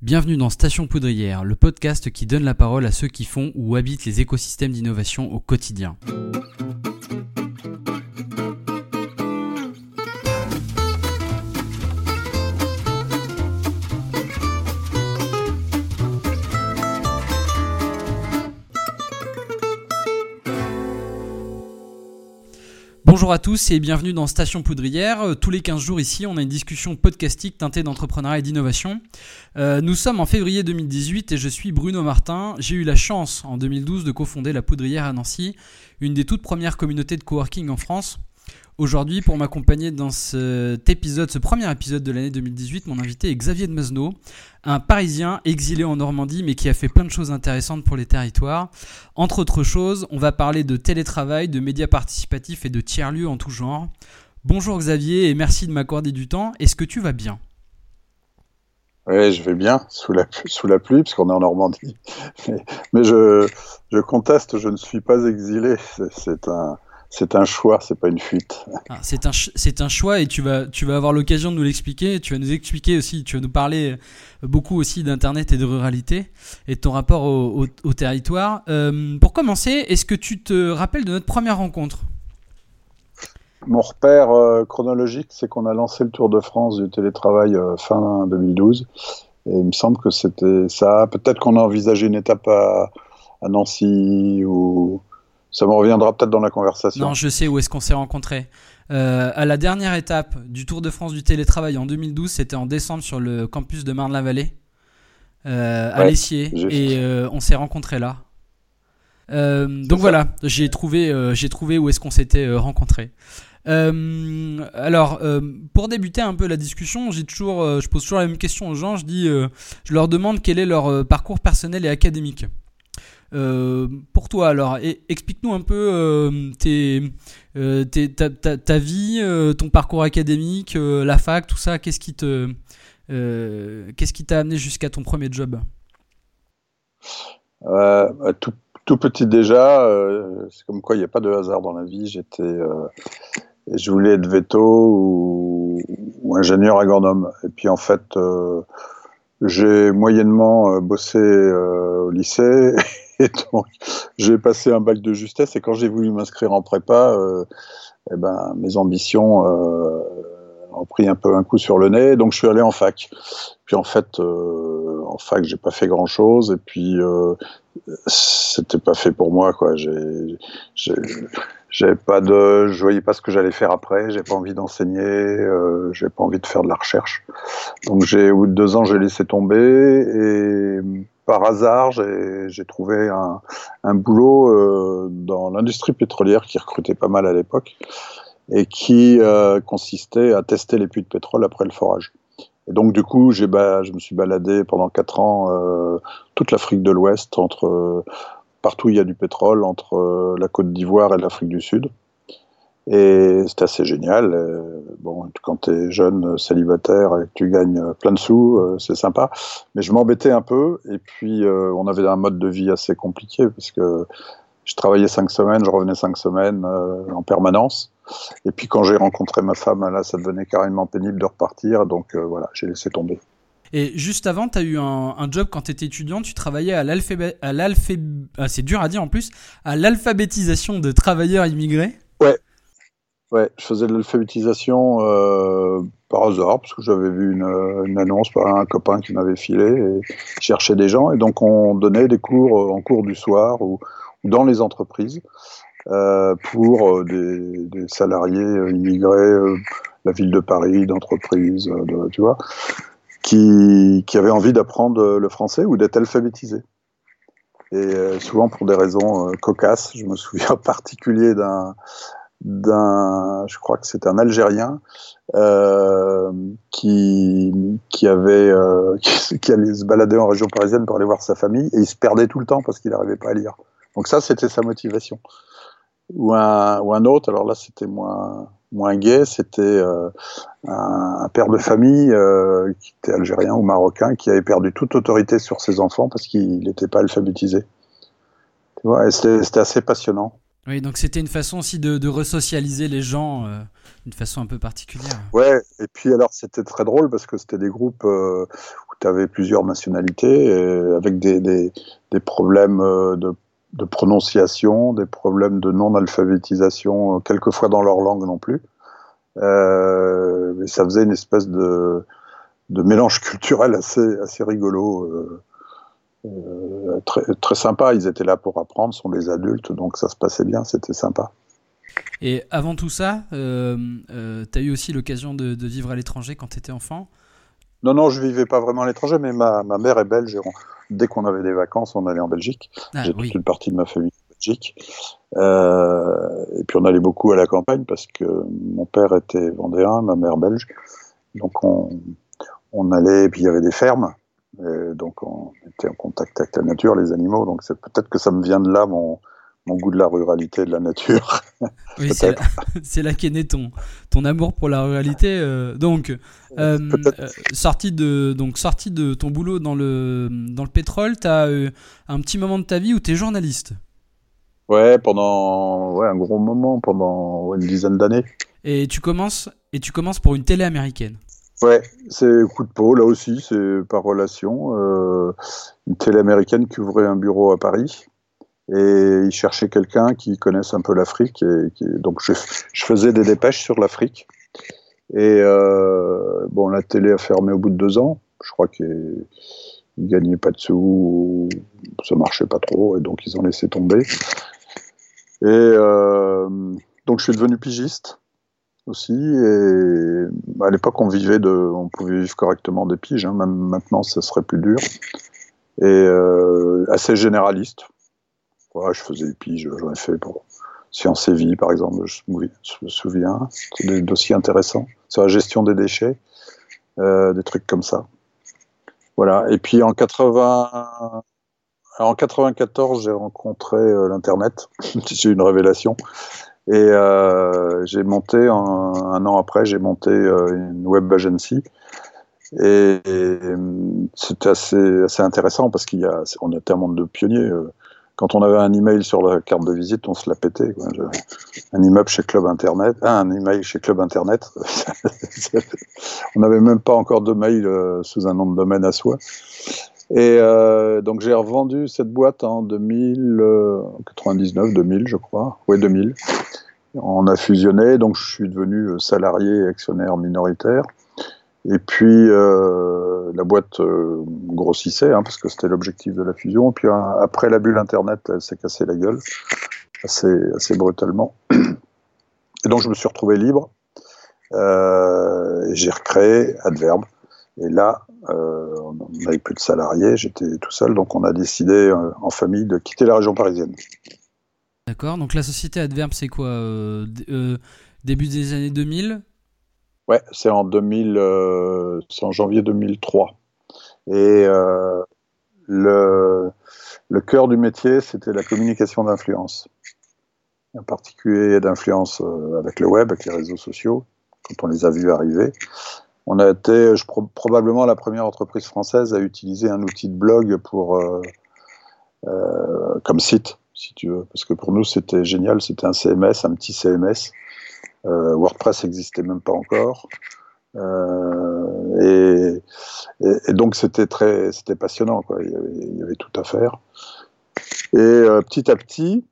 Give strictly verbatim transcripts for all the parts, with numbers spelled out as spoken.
Bienvenue dans Station Poudrière, le podcast qui donne la parole à ceux qui font ou habitent les écosystèmes d'innovation au quotidien. Bonjour à tous et bienvenue dans Station Poudrière. Tous les quinze jours ici, on a une discussion podcastique teintée d'entrepreneuriat et d'innovation. Euh, nous sommes en février deux mille dix-huit et je suis Bruno Martin. J'ai eu la chance en deux mille douze de cofonder la Poudrière à Nancy, une des toutes premières communautés de coworking en France. Aujourd'hui, pour m'accompagner dans cet épisode, ce premier épisode de l'année deux mille dix-huit, mon invité est Xavier de Mazneau, un Parisien exilé en Normandie mais qui a fait plein de choses intéressantes pour les territoires. Entre autres choses, on va parler de télétravail, de médias participatifs et de tiers-lieux en tout genre. Bonjour Xavier et merci de m'accorder du temps. Est-ce que tu vas bien ? Oui, je vais bien, sous la, sous la pluie, parce qu'on est en Normandie. Mais, mais je, je conteste, je ne suis pas exilé. C'est, c'est un... C'est un choix, c'est pas une fuite. Ah, c'est, un ch- c'est un choix et tu vas, tu vas avoir l'occasion de nous l'expliquer. Tu vas nous expliquer aussi, tu vas nous parler beaucoup aussi d'Internet et de ruralité et de ton rapport au, au, au territoire. Euh, pour commencer, est-ce que tu te rappelles de notre première rencontre ? Mon repère euh, chronologique, c'est qu'on a lancé le Tour de France du télétravail euh, fin deux mille douze. Et il me semble que c'était ça. Peut-être qu'on a envisagé une étape à, à Nancy ou... Ça me reviendra peut-être dans la conversation. Non, je sais où est-ce qu'on s'est rencontrés. Euh, à la dernière étape du Tour de France du télétravail en deux mille douze, c'était en décembre sur le campus de Marne-la-Vallée, euh, à ouais, Lessier, et euh, on s'est rencontrés là. Euh, donc ça. Voilà, j'ai trouvé, euh, j'ai trouvé où est-ce qu'on s'était euh, rencontrés. Euh, alors, euh, pour débuter un peu la discussion, j'ai toujours, euh, je pose toujours la même question aux gens. Je dis, euh, je leur demande quel est leur euh, parcours personnel et académique. Euh, pour toi alors, et, explique-nous un peu euh, tes, euh, tes, ta, ta, ta vie, euh, ton parcours académique, euh, la fac, tout ça. Qu'est-ce qui te, euh, qu'est-ce qui t'a amené jusqu'à ton premier job ? euh, tout, tout petit déjà, euh, c'est comme quoi il n'y a pas de hasard dans la vie. J'étais, euh, je voulais être véto ou, ou ingénieur agronome. Et puis en fait, euh, j'ai moyennement bossé euh, au lycée. Et donc, j'ai passé un bac de justesse et quand j'ai voulu m'inscrire en prépa, euh, eh ben, mes ambitions euh, ont pris un peu un coup sur le nez, donc je suis allé en fac. Puis en fait, euh, en fac, j'ai pas fait grand-chose et puis euh, c'était pas fait pour moi, quoi. J'ai, j'ai, j'avais pas de, je voyais pas ce que j'allais faire après. J'ai pas envie d'enseigner, euh, j'ai pas envie de faire de la recherche. Donc j'ai, au bout de deux ans, j'ai laissé tomber et par hasard, j'ai, j'ai trouvé un, un boulot euh, dans l'industrie pétrolière qui recrutait pas mal à l'époque et qui euh, consistait à tester les puits de pétrole après le forage. Et donc du coup, j'ai ba- je me suis baladé pendant quatre ans euh, toute l'Afrique de l'Ouest, entre euh, partout où il y a du pétrole, entre euh, la Côte d'Ivoire et l'Afrique du Sud. Et c'était assez génial. Euh, bon, quand tu es jeune, célibataire et que tu gagnes plein de sous, euh, c'est sympa. Mais je m'embêtais un peu. Et puis, euh, on avait un mode de vie assez compliqué parce que je travaillais cinq semaines, je revenais cinq semaines euh, en permanence. Et puis, quand j'ai rencontré ma femme, là, ça devenait carrément pénible de repartir. Donc, euh, voilà, j'ai laissé tomber. Et juste avant, tu as eu un, un job quand tu étais étudiant, tu travaillais à l'alphébé... à l'alphé... ah, c'est dur à dire en plus, à l'alphabétisation de travailleurs immigrés. Ouais. Ouais, je faisais de l'alphabétisation euh, par hasard, parce que j'avais vu une, une annonce par un copain qui m'avait filé et cherchait des gens. Et donc, on donnait des cours en cours du soir ou, ou dans les entreprises euh, pour des, des salariés immigrés, euh, la ville de Paris, d'entreprises, de, tu vois, qui, qui avaient envie d'apprendre le français ou d'être alphabétisés. Et euh, souvent pour des raisons euh, cocasses. Je me souviens en particulier d'un... d'un, je crois que c'est un Algérien euh, qui qui avait euh, qui, qui allait se balader en région parisienne pour aller voir sa famille et il se perdait tout le temps parce qu'il n'arrivait pas à lire. Donc ça, c'était sa motivation. Ou un ou un autre, alors là, c'était moins moins gai, c'était euh, un, un père de famille euh, qui était algérien ou marocain qui avait perdu toute autorité sur ses enfants parce qu'il n'était pas alphabétisé. Tu vois, et c'était, c'était assez passionnant. Oui, donc c'était une façon aussi de, de resocialiser les gens euh, d'une façon un peu particulière. Ouais, et puis alors c'était très drôle parce que c'était des groupes euh, où tu avais plusieurs nationalités, et avec des, des, des problèmes de, de prononciation, des problèmes de non-alphabétisation, quelquefois dans leur langue non plus. Euh, et ça faisait une espèce de, de mélange culturel assez, assez rigolo, euh, euh, très, très sympa. Ils étaient là pour apprendre, ce sont des adultes, donc ça se passait bien, c'était sympa. Et avant tout ça, euh, euh, tu as eu aussi l'occasion de, de vivre à l'étranger quand tu étais enfant? Non, non, je vivais pas vraiment à l'étranger, mais ma, ma mère est belge. Et on, dès qu'on avait des vacances, on allait en Belgique. Ah, J'ai oui. toute une partie de ma famille en Belgique. Euh, et puis on allait beaucoup à la campagne parce que mon père était vendéen, ma mère belge. Donc on, on allait, et puis il y avait des fermes. Et donc on était en contact avec la nature, les animaux. Donc c'est peut-être que ça me vient de là, mon, mon goût de la ruralité, de la nature. Oui, c'est là, c'est là qu'est né ton, ton amour pour la ruralité. Euh, donc, euh, euh, sorti de, donc, sorti de ton boulot dans le, dans le pétrole, tu as euh, un petit moment de ta vie où tu es journaliste. Ouais, pendant ouais, un gros moment, pendant ouais, une dizaine d'années. Et tu commences, et tu commences pour une télé américaine. Ouais, c'est coup de peau, là aussi, c'est par relation. Euh, une télé américaine qui ouvrait un bureau à Paris. Et il cherchait quelqu'un qui connaisse un peu l'Afrique. Et qui, donc je, je faisais des dépêches sur l'Afrique. Et euh, bon, la télé a fermé au bout de deux ans. Je crois qu'ils ne gagnaient pas de sous, ça marchait pas trop, et donc ils ont laissé tomber. Et euh, donc je suis devenu pigiste aussi. Et à l'époque, on vivait de, on pouvait vivre correctement des piges. Hein, même maintenant, ça serait plus dur. Et euh, assez généraliste. Ouais, je faisais des piges, j'en ai fait pour Sciences et Vie, par exemple, je me souviens. C'est des dossiers intéressants sur la gestion des déchets, euh, des trucs comme ça. Voilà. Et puis en quatre-vingts, en quatre-vingt-quatorze, j'ai rencontré euh, l'Internet. J'ai eu une révélation. Et euh, j'ai monté, un, un an après, j'ai monté euh, une web agency. Et, et c'était assez, assez intéressant parce qu'il y a, on était un monde de pionniers. Quand on avait un email sur la carte de visite, on se la pétait, quoi. Un immeuble chez Club Internet, ah, un email chez Club Internet. On n'avait même pas encore de mail euh, sous un nom de domaine à soi. Et euh, donc j'ai revendu cette boîte en deux mille, euh, quatre-vingt-dix-neuf, deux mille, je crois. Oui, deux mille. On a fusionné, donc je suis devenu salarié et actionnaire minoritaire. Et puis euh, la boîte euh, grossissait, hein, parce que c'était l'objectif de la fusion. Et puis euh, après la bulle Internet, elle s'est cassée la gueule, assez, assez brutalement. Et donc je me suis retrouvé libre. Euh, et j'ai recréé Adverbe. Et là, euh, on n'avait plus de salariés, j'étais tout seul, donc on a décidé euh, en famille de quitter la région parisienne. D'accord, donc la société Adverbe, c'est quoi euh, d- euh, début des années deux mille? Ouais, c'est en deux mille, euh, c'est en janvier deux mille trois. Et euh, le, le cœur du métier, c'était la communication d'influence. En particulier d'influence euh, avec le web, avec les réseaux sociaux, quand on les a vus arriver. On a été, je, pro- probablement la première entreprise française à utiliser un outil de blog pour, euh, euh, comme site, si tu veux. Parce que pour nous, c'était génial, c'était un C M S, un petit C M S. Euh, WordPress n'existait même pas encore. Euh, et, et, et donc c'était très, c'était passionnant, quoi. Il y avait, il y avait tout à faire. Et euh, petit à petit,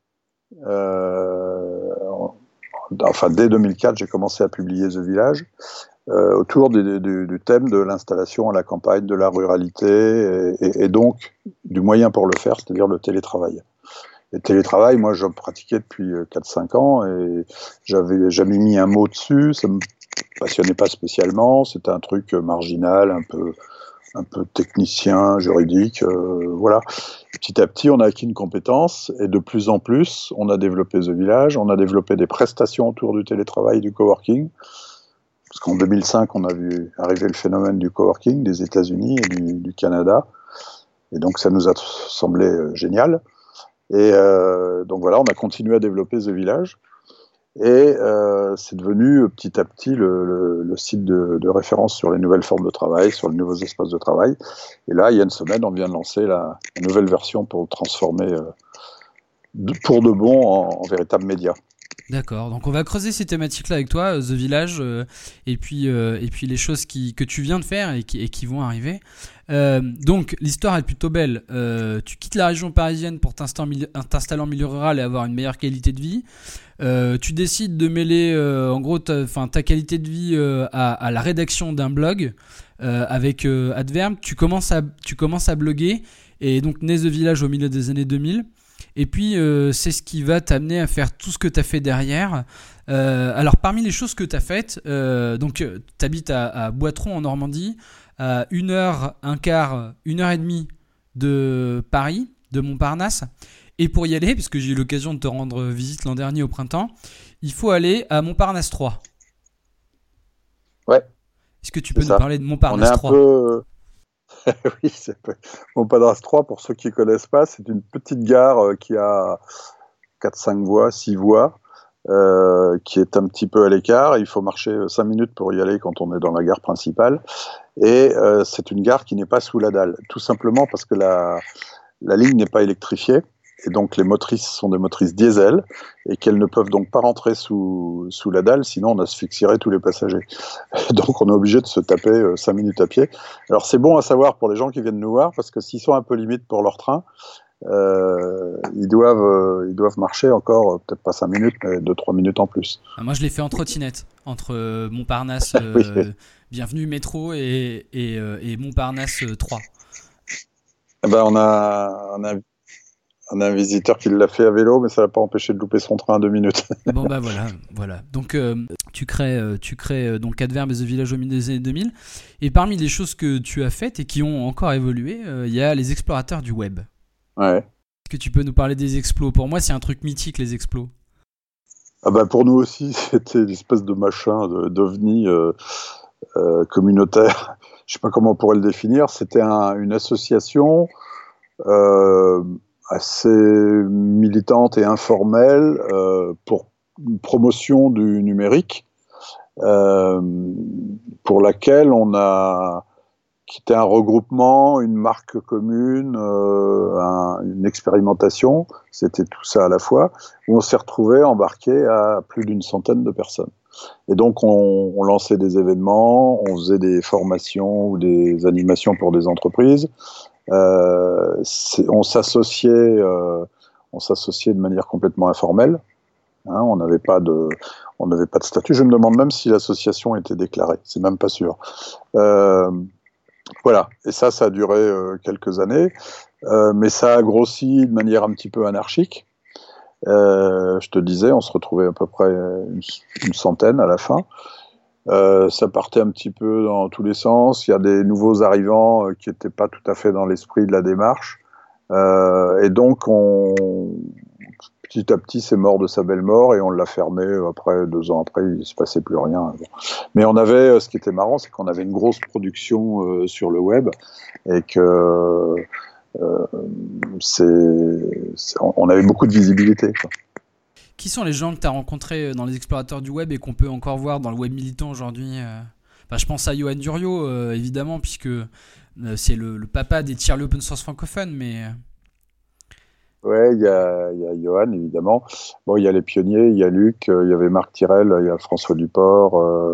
euh, enfin dès deux mille quatre, j'ai commencé à publier The Village euh, autour du, du, du thème de l'installation à la campagne, de la ruralité, et, et, et donc du moyen pour le faire, c'est-à-dire le télétravail. Le télétravail, moi, je pratiquais depuis quatre cinq ans et j'avais jamais mis un mot dessus. Ça me passionnait pas spécialement. C'était un truc marginal, un peu, un peu technicien, juridique. Euh, voilà. Petit à petit, on a acquis une compétence et de plus en plus, on a développé The Village. On a développé des prestations autour du télétravail et du coworking. Parce qu'en deux mille cinq, on a vu arriver le phénomène du coworking des États-Unis et du, du Canada. Et donc, ça nous a semblé génial. Et euh, donc voilà, on a continué à développer The Village. Et euh, c'est devenu petit à petit le, le, le site de, de référence sur les nouvelles formes de travail, sur les nouveaux espaces de travail. Et là, il y a une semaine, on vient de lancer la, la nouvelle version pour le transformer euh, de, pour de bon en, en véritable média. D'accord, donc on va creuser ces thématiques-là avec toi, The Village, euh, et, puis, euh, et puis les choses qui, que tu viens de faire et qui, et qui vont arriver. Euh, donc l'histoire est plutôt belle. Euh, tu quittes la région parisienne pour t'installer en milieu rural et avoir une meilleure qualité de vie. Euh, tu décides de mêler euh, en gros ta, ta qualité de vie euh, à, à la rédaction d'un blog euh, avec euh, Adverbe. Tu commences, à, tu commences à bloguer et donc naît The Village au milieu des années deux mille. Et puis, euh, c'est ce qui va t'amener à faire tout ce que tu as fait derrière. Euh, alors, parmi les choses que tu as faites, euh, donc tu habites à, à Boitron en Normandie, à une heure, un quart, une heure et demie de Paris, de Montparnasse. Et pour y aller, puisque j'ai eu l'occasion de te rendre visite l'an dernier au printemps, il faut aller à Montparnasse trois. Ouais. Est-ce que tu peux nous ça. parler de Montparnasse trois ? On est un peu... Oui, c'est Montparnasse trois, pour ceux qui ne connaissent pas, c'est une petite gare euh, qui a quatre cinq voies, six voies, euh, qui est un petit peu à l'écart. Il faut marcher cinq minutes pour y aller quand on est dans la gare principale. Et euh, c'est une gare qui n'est pas sous la dalle, tout simplement parce que la, la ligne n'est pas électrifiée. Et donc les motrices sont des motrices diesel et qu'elles ne peuvent donc pas rentrer sous, sous la dalle, sinon on asphyxierait tous les passagers. Donc on est obligé de se taper euh, cinq minutes à pied. Alors c'est bon à savoir pour les gens qui viennent nous voir, parce que s'ils sont un peu limites pour leur train, euh, ils, doivent, euh, ils doivent marcher encore, euh, peut-être pas cinq minutes, mais deux trois minutes en plus. Ah, moi je l'ai fait en trottinette, entre euh, Montparnasse, euh, oui. Bienvenue Métro et, et, euh, et Montparnasse trois. Eh ben, on a... On a... On a un visiteur qui l'a fait à vélo, mais ça l'a pas empêché de louper son train à deux minutes. Bon bah voilà, voilà. Donc euh, tu crées, euh, tu crées euh, donc Adverbe et The Village au milieu des années deux mille. Et parmi les choses que tu as faites et qui ont encore évolué, il euh, y a les explorateurs du web. Ouais. Est-ce que tu peux nous parler des explos ? Pour moi, c'est un truc mythique, les explos. Ah bah pour nous aussi, c'était une espèce de machin, de, d'ovni euh, euh, communautaire. Je sais pas comment on pourrait le définir. C'était un, une association. Euh, assez militante et informelle euh, pour une promotion du numérique, euh, pour laquelle on a quitté un regroupement, une marque commune, euh, un, une expérimentation, c'était tout ça à la fois, où on s'est retrouvé embarqué à plus d'une centaine de personnes. Et donc on, on lançait des événements, on faisait des formations ou des animations pour des entreprises. Euh, on s'associait, euh, on s'associait de manière complètement informelle. Hein, on n'avait pas de, on n'avait pas de statut. Je me demande même si l'association était déclarée. C'est même pas sûr. Euh, voilà. Et ça, ça a duré euh, quelques années, euh, mais ça a grossi de manière un petit peu anarchique. Euh, je te disais, on se retrouvait à peu près une, une centaine à la fin. Euh, ça partait un petit peu dans tous les sens. Il y a des nouveaux arrivants euh, qui n'étaient pas tout à fait dans l'esprit de la démarche. Euh, et donc, on, petit à petit, c'est mort de sa belle mort et on l'a fermé. Après, deux ans après, il ne se passait plus rien. Mais on avait, ce qui était marrant, c'est qu'on avait une grosse production euh, sur le web et que euh, c'est, c'est, on avait beaucoup de visibilité, quoi. Qui sont les gens que tu as rencontrés dans les explorateurs du web et qu'on peut encore voir dans le web militant aujourd'hui ? Enfin, je pense à Johan Duriot, euh, évidemment, puisque euh, c'est le, le papa des tiers-lieux open source francophones, mais... Ouais, il y a, y a Johan, évidemment. Bon, il y a les pionniers, il y a Luc, il y avait Marc Tirel, il y a François Duport. Euh,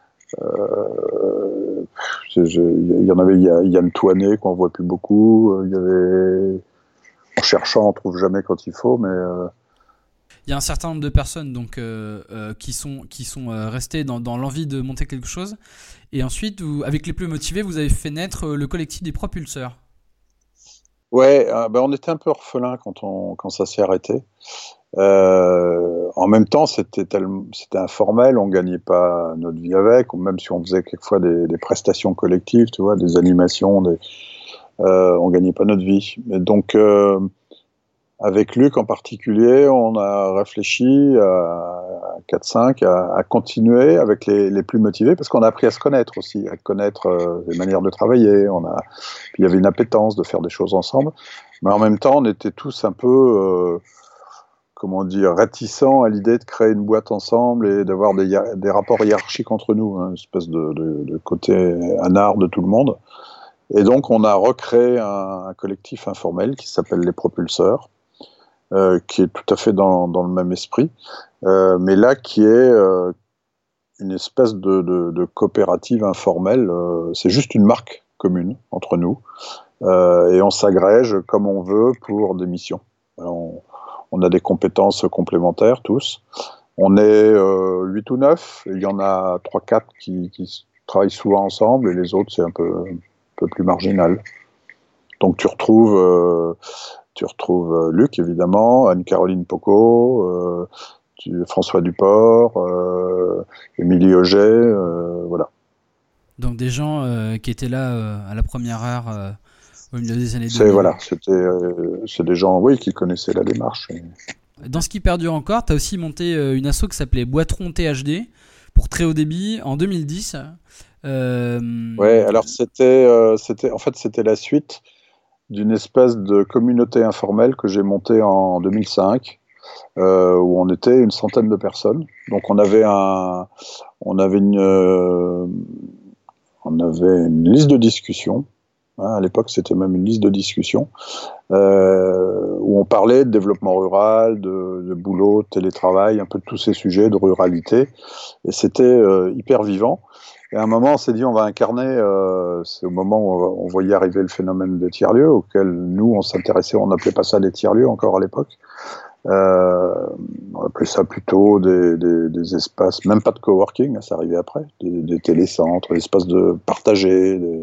euh, il y en avait, il y a Yann Toinet, qu'on voit plus beaucoup. Il y avait... En cherchant, on trouve jamais quand il faut, mais... Euh, il y a un certain nombre de personnes donc, euh, euh, qui sont, qui sont euh, restées dans, dans l'envie de monter quelque chose. Et ensuite, vous, avec les plus motivés, vous avez fait naître le collectif des propulseurs. Ouais, euh, ben on était un peu orphelins quand, on, quand ça s'est arrêté. Euh, en même temps, c'était, tellement, c'était informel, on ne gagnait pas notre vie avec, même si on faisait quelquefois des, des prestations collectives, tu vois, des animations, des, euh, on ne gagnait pas notre vie. Et donc... Euh, avec Luc en particulier, on a réfléchi à quatre cinq à, à continuer avec les, les plus motivés, parce qu'on a appris à se connaître aussi, à connaître euh, les manières de travailler. On a, puis il y avait une appétence de faire des choses ensemble, mais en même temps, on était tous un peu, euh, comment dire, réticents à l'idée de créer une boîte ensemble et d'avoir des, des rapports hiérarchiques entre nous, hein, une espèce de, de, de côté anard de tout le monde. Et donc, on a recréé un, un collectif informel qui s'appelle les Propulseurs. euh, qui est tout à fait dans, dans le même esprit, euh, mais là qui est euh, une espèce de, de, de coopérative informelle. Euh, c'est juste une marque commune entre nous, euh, et on s'agrège comme on veut pour des missions. Alors, on, on a des compétences complémentaires tous. On est euh, huit ou neuf, il y en a trois quatre qui, qui travaillent souvent ensemble, et les autres, c'est un peu, un peu plus marginal. Donc tu retrouves, euh, tu retrouves Luc, évidemment, Anne-Caroline Pocot, euh, tu, François Duport, euh, Émilie Auger, euh, voilà. Donc des gens euh, qui étaient là euh, à la première heure euh, au milieu des années deux c'est, mille. Voilà, c'était, euh, c'est des gens, oui, qui connaissaient la démarche. Et... Dans ce qui perdure encore, tu as aussi monté euh, une asso qui s'appelait Boitron T H D pour très haut débit en deux mille dix. Euh... Ouais, alors c'était, euh, c'était, en fait, c'était la suite d'une espèce de communauté informelle que j'ai montée en deux mille cinq, euh, où on était une centaine de personnes. Donc on avait un, on avait une, euh, on avait une liste de discussion. Hein, à l'époque, c'était même une liste de discussion euh, où on parlait de développement rural, de, de boulot, de télétravail, un peu de tous ces sujets, de ruralité. Et c'était euh, hyper vivant. Et à un moment, on s'est dit, on va incarner, euh, c'est au moment où on, on voyait arriver le phénomène des tiers-lieux, auquel nous, on s'intéressait, on n'appelait pas ça des tiers-lieux encore à l'époque. Euh, on appelait ça plutôt des, des, des espaces, même pas de coworking, hein, ça arrivait après, des, des télécentres, des espaces de partagés. Des...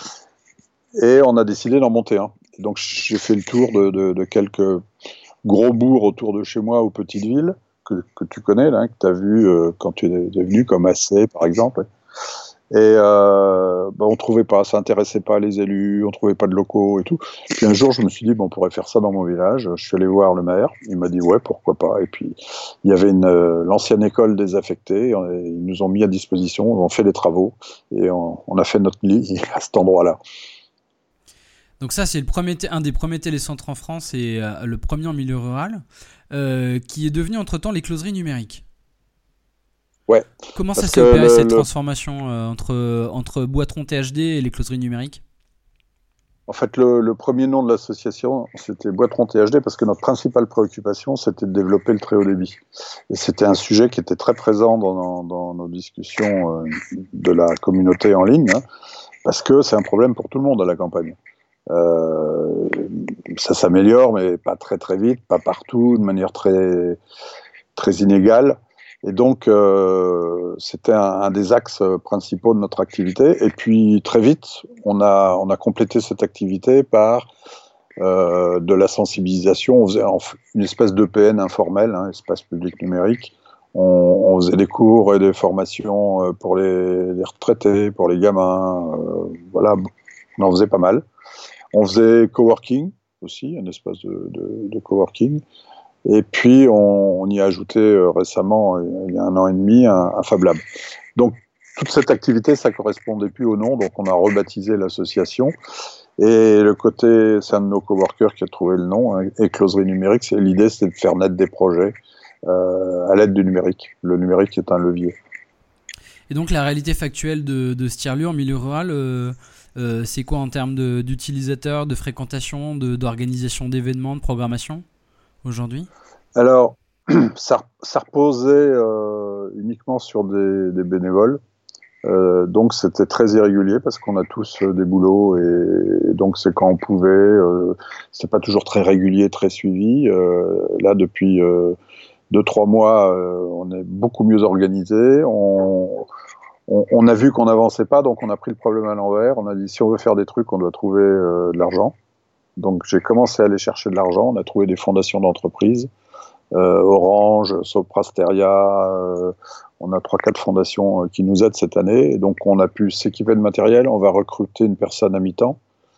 Et on a décidé d'en monter un. Et donc j'ai fait le tour de, de, de quelques gros bourgs autour de chez moi, aux petites villes, que, que tu connais, là, que tu as vu euh, quand tu es venu, comme Assé, par exemple. Et euh, bah, on trouvait pas, ça intéressait pas les élus, on trouvait pas de locaux et tout. Puis un jour, je me suis dit, bon, on pourrait faire ça dans mon village. Je suis allé voir le maire, il m'a dit, ouais, pourquoi pas. Et puis, il y avait une, euh, l'ancienne école désaffectée, et ils nous ont mis à disposition, on a fait des travaux, et on, on a fait notre lit à cet endroit-là. Donc ça, c'est le premier t- un des premiers télécentres en France et euh, le premier en milieu rural, euh, qui est devenu entre-temps les closeries numériques. Ouais. Comment ça s'est opéré, le, cette le... transformation euh, entre, entre Boitron T H D et les closeries numériques ? En fait, le, le premier nom de l'association, c'était Boitron T H D, parce que notre principale préoccupation, c'était de développer le très haut débit. Et c'était un sujet qui était très présent dans, dans, dans nos discussions euh, de la communauté en ligne, hein, parce que c'est un problème pour tout le monde à la campagne. Euh, ça s'améliore, mais pas très très vite, pas partout, de manière très, très inégale. Et donc, euh, c'était un, un des axes principaux de notre activité. Et puis, très vite, on a, on a complété cette activité par euh, de la sensibilisation. On faisait une espèce d'E P N informel, hein, espace public numérique. On, on faisait des cours et des formations pour les, les retraités, pour les gamins. Euh, voilà, on en faisait pas mal. On faisait coworking aussi, un espace de, de, de coworking. Et puis, on, on y a ajouté euh, récemment, il y a un an et demi, un, un Fab Lab. Donc, toute cette activité, ça correspondait plus au nom, donc on a rebaptisé l'association. Et le côté, c'est un de nos coworkers qui a trouvé le nom, hein, Écloserie numérique. C'est, l'idée, c'est de faire naître des projets euh, à l'aide du numérique. Le numérique est un levier. Et donc, la réalité factuelle de, de ce tiers-lieu en milieu rural, euh, euh, c'est quoi en termes de, d'utilisateurs, de fréquentation, de, d'organisation d'événements, de programmation aujourd'hui ? Alors, ça, ça reposait euh, uniquement sur des, des bénévoles. Euh, donc, c'était très irrégulier parce qu'on a tous euh, des boulots et, et donc c'est quand on pouvait. Euh, c'est pas toujours très régulier, très suivi. Euh, là, depuis euh, deux, trois mois, euh, on est beaucoup mieux organisé. On, on, on a vu qu'on n'avançait pas, donc on a pris le problème à l'envers. On a dit si on veut faire des trucs, on doit trouver euh, de l'argent. Donc, j'ai commencé à aller chercher de l'argent. On a trouvé des fondations d'entreprises, euh, Orange, Soprasteria. Euh, on a trois, quatre fondations euh, qui nous aident cette année. Et donc, on a pu s'équiper de matériel. On va recruter une personne à mi-temps.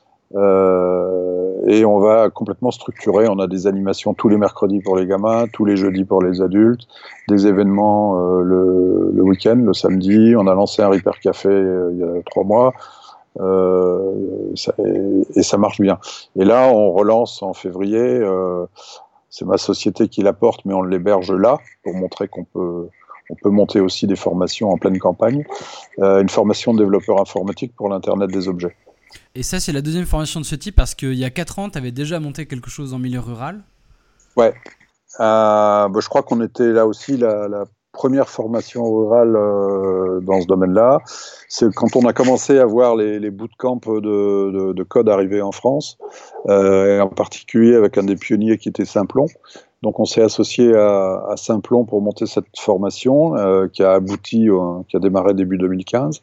Euh, et on va complètement structurer. On a des animations tous les mercredis pour les gamins, tous les jeudis pour les adultes, des événements euh, le, le week-end, le samedi. On a lancé un Repair Café euh, il y a trois mois. Euh, ça, et, et ça marche bien. Et là, on relance en février. Euh, c'est ma société qui la porte, mais on l'héberge là pour montrer qu'on peut, on peut monter aussi des formations en pleine campagne. Euh, une formation de développeur informatique pour l'Internet des objets. Et ça, c'est la deuxième formation de ce type parce qu'il y a quatre ans, tu avais déjà monté quelque chose en milieu rural. Ouais. Euh, bah, je crois qu'on était là aussi la, la première formation rurale euh, dans ce domaine-là. C'est quand on a commencé à voir les, les bootcamps de, de, de code arriver en France, euh, et en particulier avec un des pionniers qui était Simplon. Donc on s'est associé à, à Simplon pour monter cette formation euh, qui a abouti, euh, qui a démarré début deux mille quinze.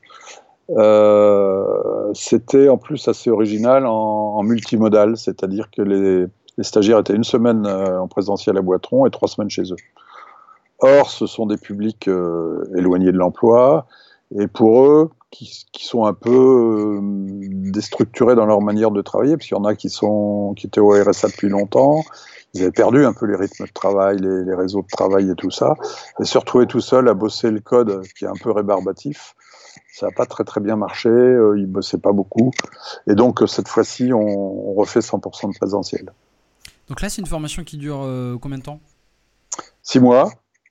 Euh, c'était en plus assez original en, en multimodal, c'est-à-dire que les, les stagiaires étaient une semaine euh, en présentiel à Boitron et trois semaines chez eux. Or, ce sont des publics euh, éloignés de l'emploi, et pour eux, qui, qui sont un peu euh, déstructurés dans leur manière de travailler, parce qu'il y en a qui, sont, qui étaient au R S A depuis longtemps, ils avaient perdu un peu les rythmes de travail, les, les réseaux de travail et tout ça, et se retrouver tout seul à bosser le code, qui est un peu rébarbatif. Ça n'a pas très très bien marché, euh, ils ne bossaient pas beaucoup, et donc cette fois-ci, on, on refait cent pour cent de présentiel. Donc là, c'est une formation qui dure euh, combien de temps ? Six mois.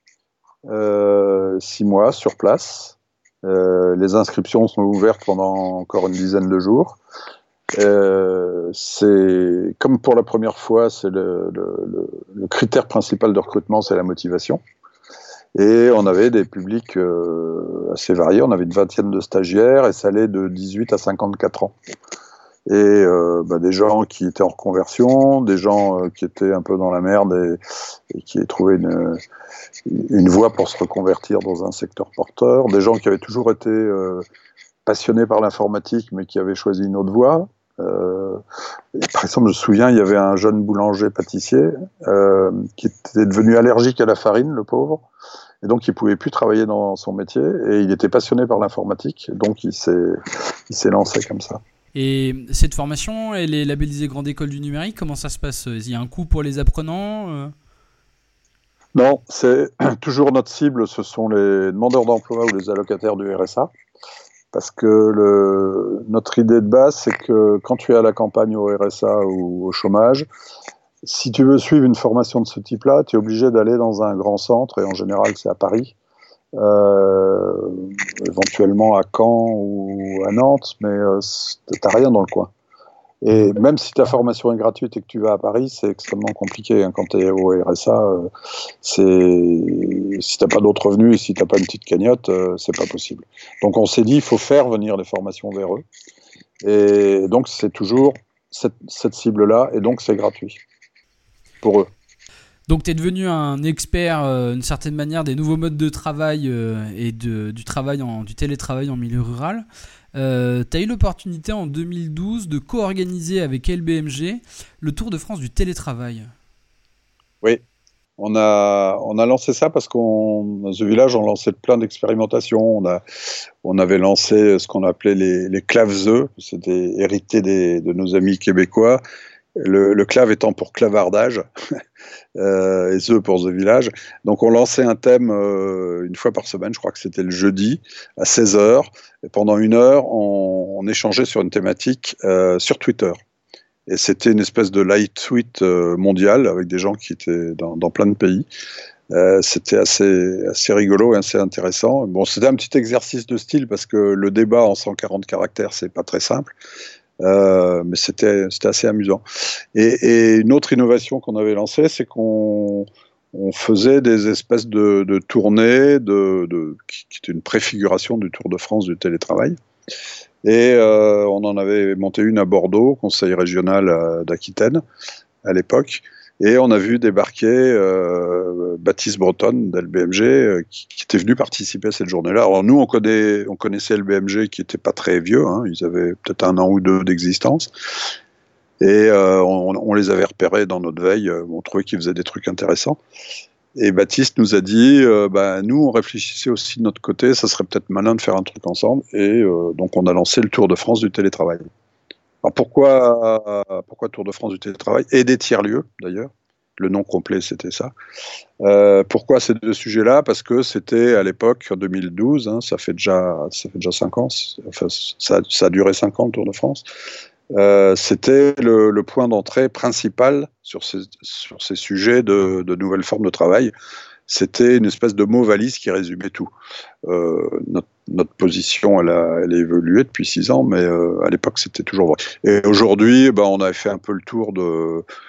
Euh, six mois sur place. Euh, les inscriptions sont ouvertes pendant encore une dizaine de jours. Euh, c'est comme pour la première fois, c'est le, le, le, le critère principal de recrutement, c'est la motivation. Et on avait des publics euh, assez variés. On avait une vingtaine de stagiaires et ça allait de dix-huit à cinquante-quatre ans. Et euh, bah, des gens qui étaient en reconversion, des gens euh, qui étaient un peu dans la merde et, et qui avaient trouvé une, une voie pour se reconvertir dans un secteur porteur, des gens qui avaient toujours été euh, passionnés par l'informatique mais qui avaient choisi une autre voie. Euh, et par exemple, je me souviens, il y avait un jeune boulanger-pâtissier euh, qui était devenu allergique à la farine, le pauvre, et donc il ne pouvait plus travailler dans son métier, et il était passionné par l'informatique, donc il s'est, il s'est lancé comme ça. Et cette formation, elle est labellisée Grande École du Numérique. Comment ça se passe ? Il y a un coût pour les apprenants ? euh... Non, c'est toujours notre cible, ce sont les demandeurs d'emploi ou les allocataires du R S A. Parce que le, notre idée de base, c'est que quand tu es à la campagne au R S A ou au chômage, si tu veux suivre une formation de ce type-là, tu es obligé d'aller dans un grand centre, et en général c'est à Paris, euh, éventuellement à Caen ou à Nantes, mais euh, t'as rien dans le coin. Et même si ta formation est gratuite et que tu vas à Paris, c'est extrêmement compliqué. Hein. Quand tu es au R S A, euh, c'est... si tu n'as pas d'autres revenus et si tu n'as pas une petite cagnotte, euh, c'est pas possible. Donc on s'est dit, il faut faire venir les formations vers eux. Et donc c'est toujours cette, cette cible-là, et donc c'est gratuit pour eux. Donc tu es devenu un expert, euh, d'une certaine manière, des nouveaux modes de travail euh, et de, du, travail en, du télétravail en milieu rural. Euh, tu as eu l'opportunité en deux mille douze de co-organiser avec L B M G le Tour de France du télétravail. Oui, on a, on a lancé ça parce qu'on, dans ce village, on lançait plein d'expérimentations. On, a, on avait lancé ce qu'on appelait les, les claves-œufs, c'était hérité des, de nos amis québécois. Le, le clave étant pour clavardage euh, et œufs pour The Village. Donc on lançait un thème euh, une fois par semaine, je crois que c'était le jeudi à seize heures, et pendant une heure on, on échangeait sur une thématique euh, sur Twitter. Et c'était une espèce de light tweet euh, mondial avec des gens qui étaient dans, dans plein de pays. Euh, c'était assez, assez rigolo et assez intéressant. Bon, c'était un petit exercice de style parce que le débat en cent quarante caractères, c'est pas très simple. Euh, mais c'était, c'était assez amusant. Et, et une autre innovation qu'on avait lancée, c'est qu'on on faisait des espèces de, de tournées de, de, qui, qui étaient une préfiguration du Tour de France du télétravail. Et euh, on en avait monté une à Bordeaux, conseil régional d'Aquitaine à l'époque. Et on a vu débarquer euh, Baptiste Bretonne d'L B M G euh, qui, qui était venu participer à cette journée-là. Alors nous, on, connaît, on connaissait L B M G qui n'était pas très vieux, hein, ils avaient peut-être un an ou deux d'existence. Et euh, on, on les avait repérés dans notre veille, on trouvait qu'ils faisaient des trucs intéressants. Et Baptiste nous a dit, euh, bah, nous, on réfléchissait aussi de notre côté, ça serait peut-être malin de faire un truc ensemble. Et euh, donc on a lancé le Tour de France du télétravail. Alors pourquoi, pourquoi Tour de France du télétravail et des tiers-lieux d'ailleurs, le nom complet c'était ça. Euh, pourquoi ces deux sujets-là ? Parce que c'était à l'époque, en deux mille douze, hein, ça fait déjà ça fait déjà cinq ans, enfin, ça, ça a duré cinq ans le Tour de France. Euh, c'était le, le point d'entrée principal sur ces, sur ces sujets de, de nouvelles formes de travail. C'était une espèce de mot valise qui résumait tout. Euh, notre, notre position, elle a, elle a évolué depuis six ans, mais euh, à l'époque, c'était toujours vrai. Et aujourd'hui, ben, on avait fait un peu le tour de,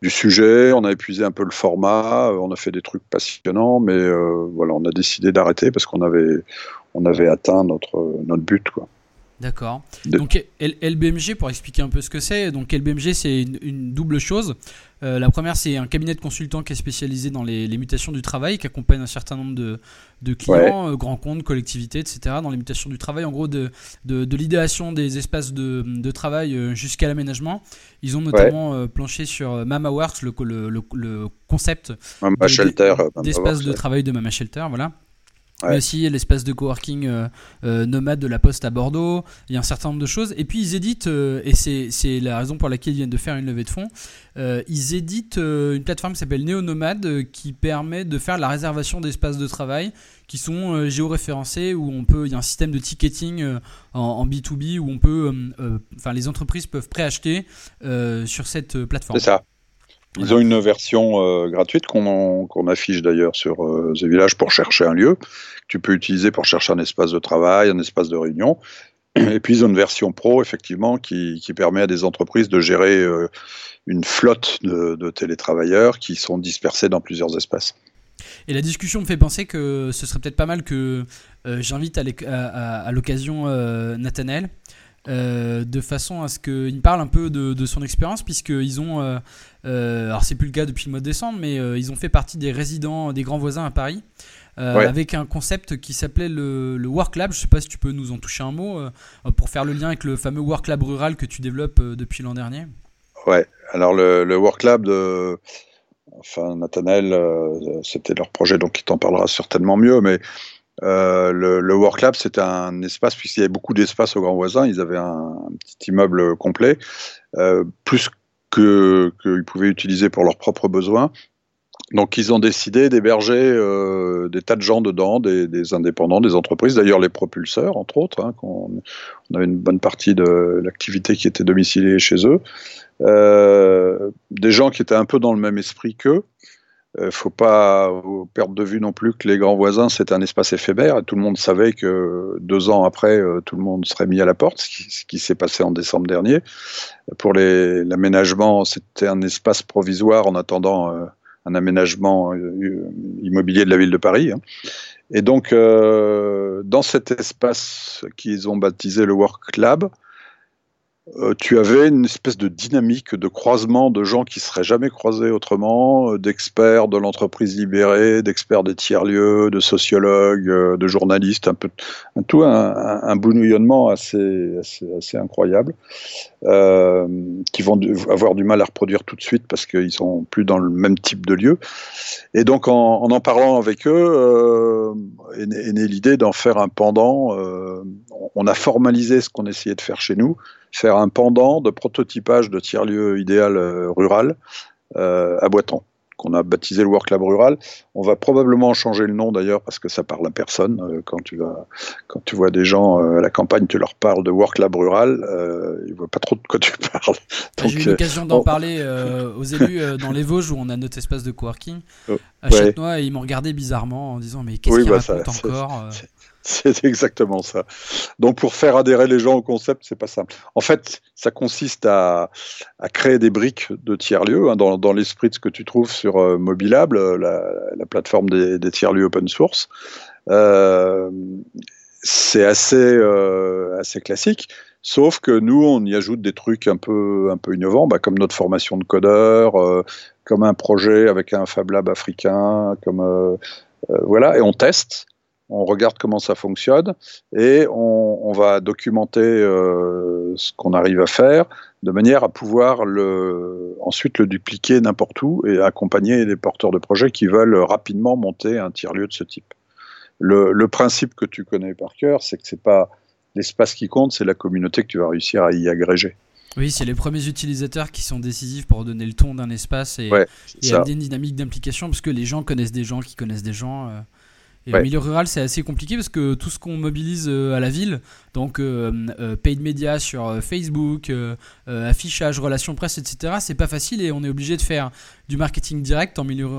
du sujet, on a épuisé un peu le format, on a fait des trucs passionnants, mais euh, voilà, on a décidé d'arrêter parce qu'on avait, on avait atteint notre, notre but, quoi. D'accord. De... Donc L B M G, pour expliquer un peu ce que c'est, donc L B M G c'est une, une double chose. Euh, la première, c'est un cabinet de consultants qui est spécialisé dans les, les mutations du travail, qui accompagne un certain nombre de, de clients, ouais. euh, grands comptes, collectivités, et cetera, dans les mutations du travail, en gros de, de, de l'idéation des espaces de, de travail euh, jusqu'à l'aménagement. Ils ont notamment ouais. euh, planché sur MamaWorks, le, le, le, le concept Mama de, Shelter, de, d'espace de travail de Mama Shelter, voilà. Ouais. Mais aussi l'espace de coworking euh, euh, nomade de la Poste à Bordeaux. Il y a un certain nombre de choses. Et puis ils éditent, euh, et c'est, c'est la raison pour laquelle ils viennent de faire une levée de fonds, euh, ils éditent euh, une plateforme qui s'appelle NeoNomad euh, qui permet de faire la réservation d'espaces de travail qui sont euh, géoréférencés, où on peut, il y a un système de ticketing euh, en, en B deux B où on peut, enfin euh, les entreprises peuvent préacheter euh, sur cette plateforme. C'est ça. Ils voilà. ont une version euh, gratuite qu'on, qu'on affiche d'ailleurs sur euh, The Village pour chercher un lieu, que tu peux utiliser pour chercher un espace de travail, un espace de réunion. Et puis ils ont une version pro, effectivement, qui, qui permet à des entreprises de gérer euh, une flotte de, de télétravailleurs qui sont dispersés dans plusieurs espaces. Et la discussion me fait penser que ce serait peut-être pas mal que euh, j'invite à, à, à l'occasion euh, Nathanaël. Euh, de façon à ce qu'il me parle un peu de, de son expérience, puisqu'ils ont, euh, euh, alors c'est plus le cas depuis le mois de décembre, mais euh, ils ont fait partie des résidents, des grands voisins à Paris, euh, ouais. avec un concept qui s'appelait le, le Work Lab. Je ne sais pas si tu peux nous en toucher un mot, euh, pour faire le lien avec le fameux Work Lab rural que tu développes euh, depuis l'an dernier. Ouais, alors le, le Work Lab de... Enfin, Nathanaël, euh, c'était leur projet, donc il t'en parlera certainement mieux, mais Euh, le, le Work Lab, c'était un espace, puisqu'il y avait beaucoup d'espace aux grands voisins, ils avaient un, un petit immeuble complet, euh, plus que qu'ils pouvaient utiliser pour leurs propres besoins. Donc ils ont décidé d'héberger euh, des tas de gens dedans, des, des indépendants, des entreprises, d'ailleurs les propulseurs, entre autres, hein, qu'on, on avait une bonne partie de l'activité qui était domiciliée chez eux, euh, des gens qui étaient un peu dans le même esprit qu'eux. Il ne faut pas perdre de vue non plus que les grands voisins, c'est un espace éphémère, et tout le monde savait que deux ans après, tout le monde serait mis à la porte, ce qui, ce qui s'est passé en décembre dernier. Pour les, l'aménagement, c'était un espace provisoire en attendant euh, un aménagement euh, immobilier de la ville de Paris. Hein. Et donc, euh, dans cet espace qu'ils ont baptisé le Work Lab, Euh, tu avais une espèce de dynamique de croisement de gens qui ne seraient jamais croisés autrement, euh, d'experts de l'entreprise libérée, d'experts des tiers-lieux, de sociologues, euh, de journalistes, un peu, un, tout un, un, un bouillonnement assez, assez, assez incroyable, euh, qui vont du, avoir du mal à reproduire tout de suite parce qu'ils sont plus dans le même type de lieu. Et donc, en en, en parlant avec eux, euh, est, est née l'idée d'en faire un pendant. Euh, on a formalisé ce qu'on essayait de faire chez nous, faire un pendant de prototypage de tiers-lieu idéal euh, rural euh, à Boiton, qu'on a baptisé le Work Lab rural. On va probablement changer le nom d'ailleurs parce que ça parle à personne. Euh, quand, tu vas, quand tu vois des gens euh, à la campagne, tu leur parles de Work Lab rural, euh, ils ne voient pas trop de quoi tu parles. Donc, j'ai eu l'occasion d'en on... parler euh, aux élus euh, dans les Vosges où on a notre espace de coworking à ouais. Châtenois, et ils m'ont regardé bizarrement en disant mais qu'est-ce oui, qu'ils bah racontent ça, encore c'est, c'est... C'est exactement ça. Donc, pour faire adhérer les gens au concept, c'est pas simple. En fait, ça consiste à, à créer des briques de tiers-lieux, hein, dans, dans l'esprit de ce que tu trouves sur euh, Mobilable, la, la plateforme des, des tiers-lieux open source. Euh, c'est assez, euh, assez classique, sauf que nous, on y ajoute des trucs un peu, un peu innovants, bah, comme notre formation de codeur, euh, comme un projet avec un Fab Lab africain, comme, euh, euh, voilà, et on teste. On regarde comment ça fonctionne et on, on va documenter euh, ce qu'on arrive à faire de manière à pouvoir le, ensuite le dupliquer n'importe où et accompagner les porteurs de projets qui veulent rapidement monter un tiers-lieu de ce type. Le, le principe que tu connais par cœur, c'est que c'est pas l'espace qui compte, c'est la communauté que tu vas réussir à y agréger. Oui, c'est les premiers utilisateurs qui sont décisifs pour donner le ton d'un espace et, ouais, et amener une dynamique d'implication, parce que les gens connaissent des gens qui connaissent des gens. Euh... Et ouais. Au milieu rural, c'est assez compliqué parce que tout ce qu'on mobilise euh, à la ville, donc euh, euh, paid media sur euh, Facebook, euh, euh, affichage, relations presse, et cetera, c'est pas facile et on est obligé de faire du marketing direct en milieu rural.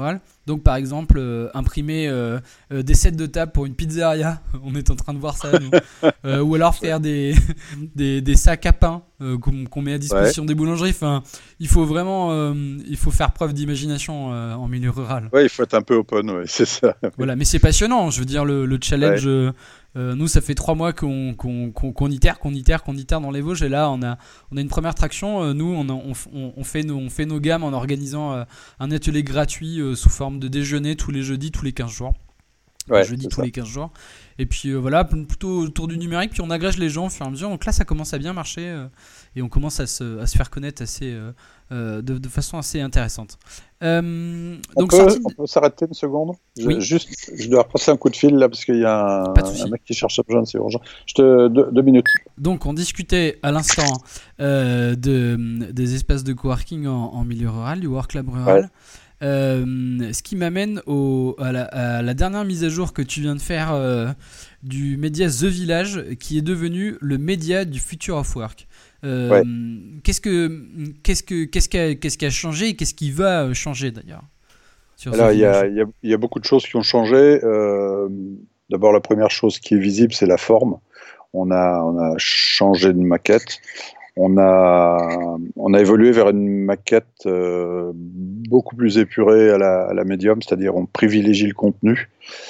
Donc par exemple, euh, imprimer euh, euh, des sets de table pour une pizzeria, on est en train de voir ça, nous. Euh, ou alors faire des, des, des sacs à pain euh, qu'on, qu'on met à disposition ouais. des boulangeries. Enfin, il faut vraiment euh, il faut faire preuve d'imagination euh, en milieu rural. Oui, il faut être un peu open, ouais, c'est ça. Voilà, mais c'est passionnant, je veux dire, le, le challenge... Ouais. Euh, Euh, nous, ça fait trois mois qu'on, qu'on, qu'on, qu'on itère, qu'on itère, qu'on itère dans les Vosges. Et là, on a, on a une première traction. Euh, nous, on, a, on, on, fait nos, on fait nos gammes en organisant euh, un atelier gratuit euh, sous forme de déjeuner tous les jeudis, tous les quinze jours. Ouais, jeudi tous ça. les quinze jours. Et puis euh, voilà, plutôt autour du numérique. Puis on agrège les gens au fur et à mesure. Donc là, ça commence à bien marcher. Euh, et on commence à se, à se faire connaître assez, euh, euh, de, de façon assez intéressante. Euh, on, donc peut, sortie... on peut s'arrêter une seconde je, oui. Juste, je dois passer un coup de fil là parce qu'il y a un, un mec qui cherche à me joindre, c'est urgent. Je te, deux, deux minutes. Donc on discutait à l'instant euh, de, des espaces de coworking en, en milieu rural, du WorkLab rural. Ouais. Euh, ce qui m'amène au, à, la, à la dernière mise à jour que tu viens de faire euh, du média The Village, qui est devenu le média du Future of Work. Euh, ouais. qu'est-ce, que, qu'est-ce, que, qu'est-ce, qui a, qu'est-ce qui a changé et qu'est-ce qui va changer d'ailleurs sur Alors, il y a, y, a, y a beaucoup de choses qui ont changé. Euh, d'abord, la première chose qui est visible, c'est la forme. On a, on a changé de maquette. On a, on a évolué vers une maquette euh, beaucoup plus épurée à la, à la médium, c'est-à-dire on privilégie le contenu.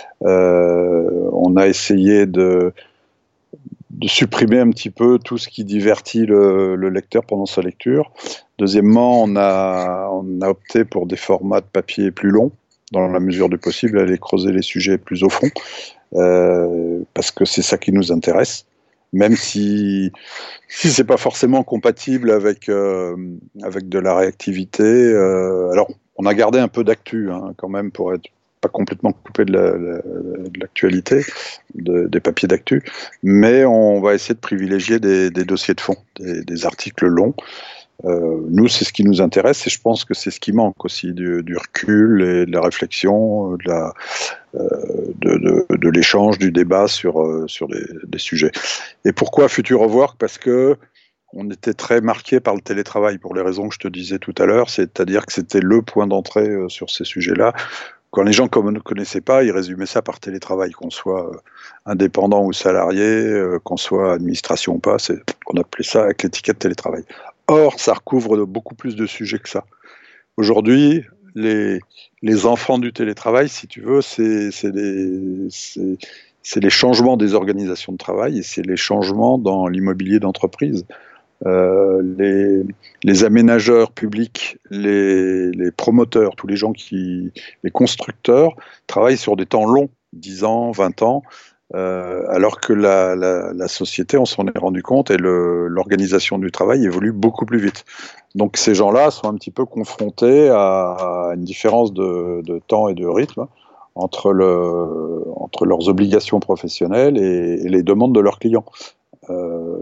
Euh, on a essayé de, de supprimer un petit peu tout ce qui divertit le, le lecteur pendant sa lecture. Deuxièmement, on a, on a opté pour des formats de papier plus longs, dans la mesure du possible, aller creuser les sujets plus au fond, euh, parce que c'est ça qui nous intéresse. Même si si c'est pas forcément compatible avec euh, avec de la réactivité. Euh, alors, on a gardé un peu d'actu hein, quand même pour être pas complètement coupé de, la, la, de l'actualité, de, des papiers d'actu, mais on va essayer de privilégier des, des dossiers de fond, des, des articles longs. Euh, nous, c'est ce qui nous intéresse et je pense que c'est ce qui manque aussi, du, du recul et de la réflexion, de, la, euh, de, de, de l'échange, du débat sur, euh, sur des, des sujets. Et pourquoi Future of Work ? Parce que on était très marqué par le télétravail, pour les raisons que je te disais tout à l'heure, c'est-à-dire que c'était le point d'entrée euh, sur ces sujets-là. Quand les gens ne connaissaient pas, ils résumaient ça par télétravail, qu'on soit euh, indépendant ou salarié, euh, qu'on soit administration ou pas, c'est, on appelait ça avec l'étiquette télétravail. Or, ça recouvre beaucoup plus de sujets que ça. Aujourd'hui, les, les enfants du télétravail, si tu veux, c'est, c'est, les, c'est, c'est les changements des organisations de travail et c'est les changements dans l'immobilier d'entreprise. Euh, les, les aménageurs publics, les, les promoteurs, tous les gens qui, les constructeurs travaillent sur des temps longs, dix ans, vingt ans, euh, alors que la, la, la société, on s'en est rendu compte, et le, l'organisation du travail évolue beaucoup plus vite. Donc ces gens-là sont un petit peu confrontés à, à une différence de, de temps et de rythme entre, le, entre leurs obligations professionnelles et, et les demandes de leurs clients. Euh,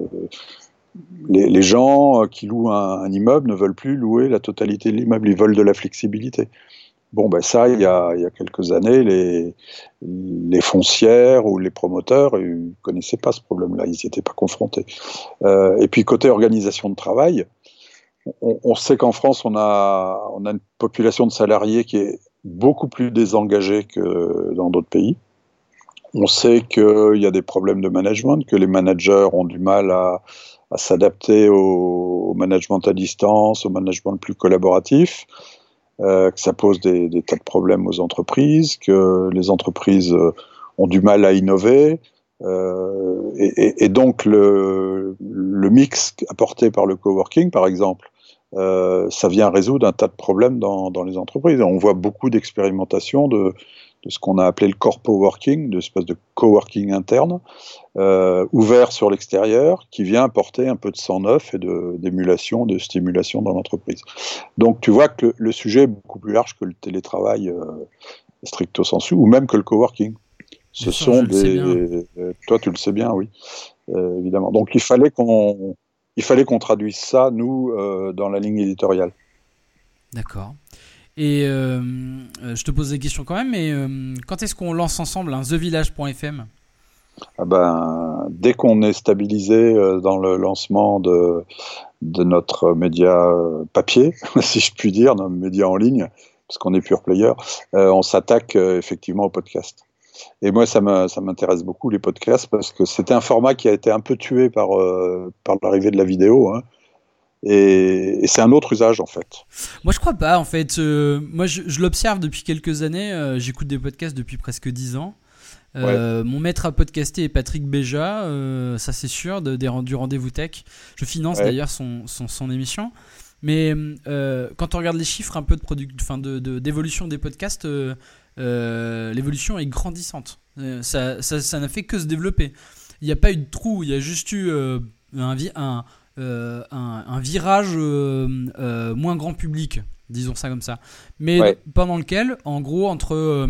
Les, les gens qui louent un, un immeuble ne veulent plus louer la totalité de l'immeuble, ils veulent de la flexibilité. Bon, ben ça, il y a, il y a quelques années, les, les foncières ou les promoteurs, ils ne connaissaient pas ce problème-là, ils n'y étaient pas confrontés. Euh, et puis, côté organisation de travail, on, on sait qu'en France, on a, on a une population de salariés qui est beaucoup plus désengagée que dans d'autres pays. On sait qu'il y a des problèmes de management, que les managers ont du mal à à s'adapter au, au management à distance, au management plus collaboratif, euh, que ça pose des, des tas de problèmes aux entreprises, que les entreprises euh, ont du mal à innover, euh, et, et, et donc le, le mix apporté par le coworking, par exemple, euh, ça vient résoudre un tas de problèmes dans, dans les entreprises. On voit beaucoup d'expérimentations de, de ce qu'on a appelé le corpo working, de espèce de coworking interne, euh, ouvert sur l'extérieur, qui vient apporter un peu de sang neuf et de, d'émulation, de stimulation dans l'entreprise. Donc tu vois que le, le sujet est beaucoup plus large que le télétravail euh, stricto sensu, ou même que le coworking. Ce bien sont sûr, des... Euh, toi tu le sais bien, oui, euh, évidemment. Donc il fallait qu'on, il fallait qu'on traduise ça, nous, euh, dans la ligne éditoriale. D'accord. Et euh, je te pose des questions quand même, mais euh, quand est-ce qu'on lance ensemble un the village point f m ? Ah ben, dès qu'on est stabilisé euh, dans le lancement de, de notre média euh, papier, si je puis dire, notre média en ligne, parce qu'on est pure player, euh, on s'attaque euh, effectivement au podcast. Et moi, ça, m'a, ça m'intéresse beaucoup, les podcasts, parce que c'était un format qui a été un peu tué par, euh, par l'arrivée de la vidéo, hein. Et, et c'est un autre usage, en fait. Moi, je crois pas, en fait. Euh, moi, je, je l'observe depuis quelques années. Euh, j'écoute des podcasts depuis presque dix ans. Euh, ouais. Mon maître à podcaster est Patrick Béja, euh, ça c'est sûr, de, de, du Rendez-vous Tech. Je finance ouais. d'ailleurs son, son, son émission. Mais euh, quand on regarde les chiffres un peu de product, enfin de, de, d'évolution des podcasts, euh, euh, l'évolution est grandissante. Euh, ça, ça, ça n'a fait que se développer. Il n'y a pas eu de trou, il y a juste eu euh, un, un, euh, un, un virage euh, euh, moins grand public, disons ça comme ça. Mais ouais. pendant lequel, en gros, entre... Euh,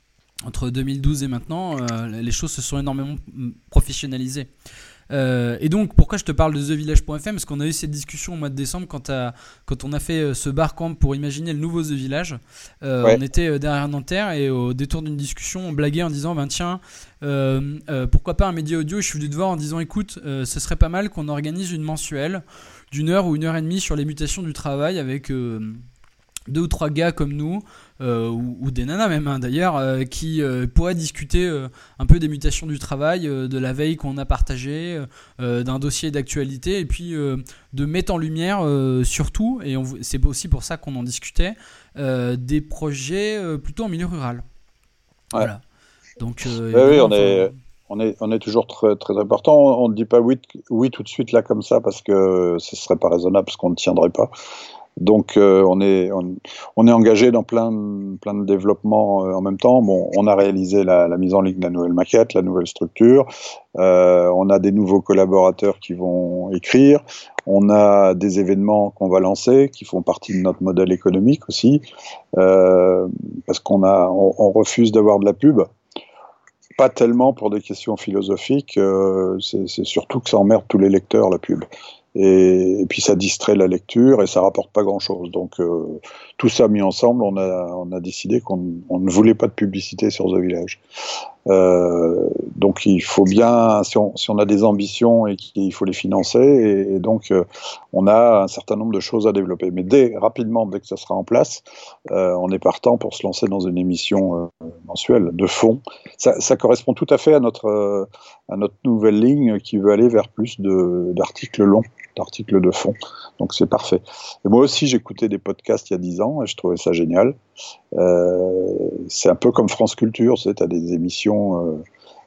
Entre deux mille douze et maintenant, euh, les choses se sont énormément professionnalisées. Euh, et donc, pourquoi je te parle de the village point f m ? Parce qu'on a eu cette discussion au mois de décembre quand, à, quand on a fait ce barcamp pour imaginer le nouveau The Village. Euh, ouais. On était derrière Nanterre et au détour d'une discussion, on blaguait en disant ben, tiens, euh, euh, pourquoi pas un média audio ? Je suis venu te voir en disant écoute, euh, ce serait pas mal qu'on organise une mensuelle d'une heure ou une heure et demie sur les mutations du travail avec... Euh, deux ou trois gars comme nous, euh, ou, ou des nanas même hein, d'ailleurs, euh, qui euh, pourraient discuter euh, un peu des mutations du travail, euh, de la veille qu'on a partagée, euh, d'un dossier d'actualité, et puis euh, de mettre en lumière euh, surtout, et on, c'est aussi pour ça qu'on en discutait, euh, des projets euh, plutôt en milieu rural. Ouais. Voilà. Donc, euh, oui, oui, on est... On est, on est toujours très, très important. On ne dit pas oui, oui tout de suite là comme ça parce que ce ne serait pas raisonnable, parce qu'on ne tiendrait pas. Donc euh, on est on, on est engagé dans plein de, plein de développements euh, en même temps. Bon, on a réalisé la, la mise en ligne de la nouvelle maquette, la nouvelle structure. Euh, on a des nouveaux collaborateurs qui vont écrire. On a des événements qu'on va lancer qui font partie de notre modèle économique aussi, euh, parce qu'on a on, on refuse d'avoir de la pub. Pas tellement pour des questions philosophiques, euh, c'est, c'est surtout que ça emmerde tous les lecteurs, la pub. Et, et puis ça distrait la lecture et ça rapporte pas grand-chose. Donc euh, tout ça mis ensemble, on a, on a décidé qu'on on ne voulait pas de publicité sur The Village. Euh, donc il faut bien, si on, si on a des ambitions et qu'il faut les financer, et, et donc euh, on a un certain nombre de choses à développer. Mais dès, rapidement, dès que ça sera en place, euh, on est partant pour se lancer dans une émission euh, mensuelle de fond. Ça, ça correspond tout à fait à notre, euh, à notre nouvelle ligne qui veut aller vers plus de, d'articles longs, d'articles de fond. Donc c'est parfait. Et moi aussi j'écoutais des podcasts il y a dix ans et je trouvais ça génial. Euh, c'est un peu comme France Culture, tu sais, tu as des émissions euh,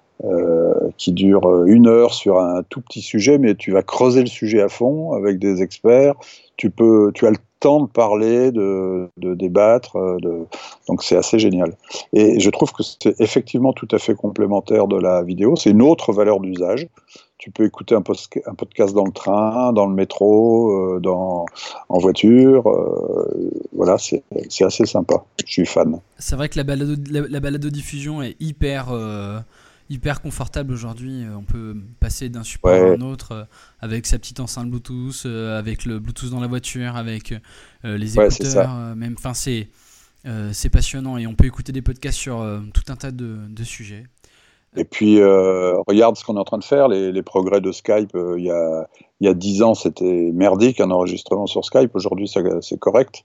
euh, qui durent une heure sur un tout petit sujet, mais tu vas creuser le sujet à fond avec des experts. Tu peux, tu as le temps de parler, de, de débattre, de... donc c'est assez génial. Et je trouve que c'est effectivement tout à fait complémentaire de la vidéo. C'est une autre valeur d'usage. Tu peux écouter un, post- un podcast dans le train, dans le métro, euh, dans, en voiture. Euh, voilà, c'est, c'est assez sympa. Je suis fan. C'est vrai que la balado, la, la balado-diffusion est hyper, euh, hyper confortable aujourd'hui. On peut passer d'un support ouais. à un autre euh, avec sa petite enceinte Bluetooth, euh, avec le Bluetooth dans la voiture, avec euh, les écouteurs. Ouais, c'est ça. Euh, même, enfin, c'est, euh, c'est passionnant et on peut écouter des podcasts sur euh, tout un tas de, de sujets. Et puis, euh, regarde ce qu'on est en train de faire, les, les progrès de Skype. Euh, il y a, il y a dix ans, c'était merdique, un enregistrement sur Skype. Aujourd'hui, ça, c'est correct.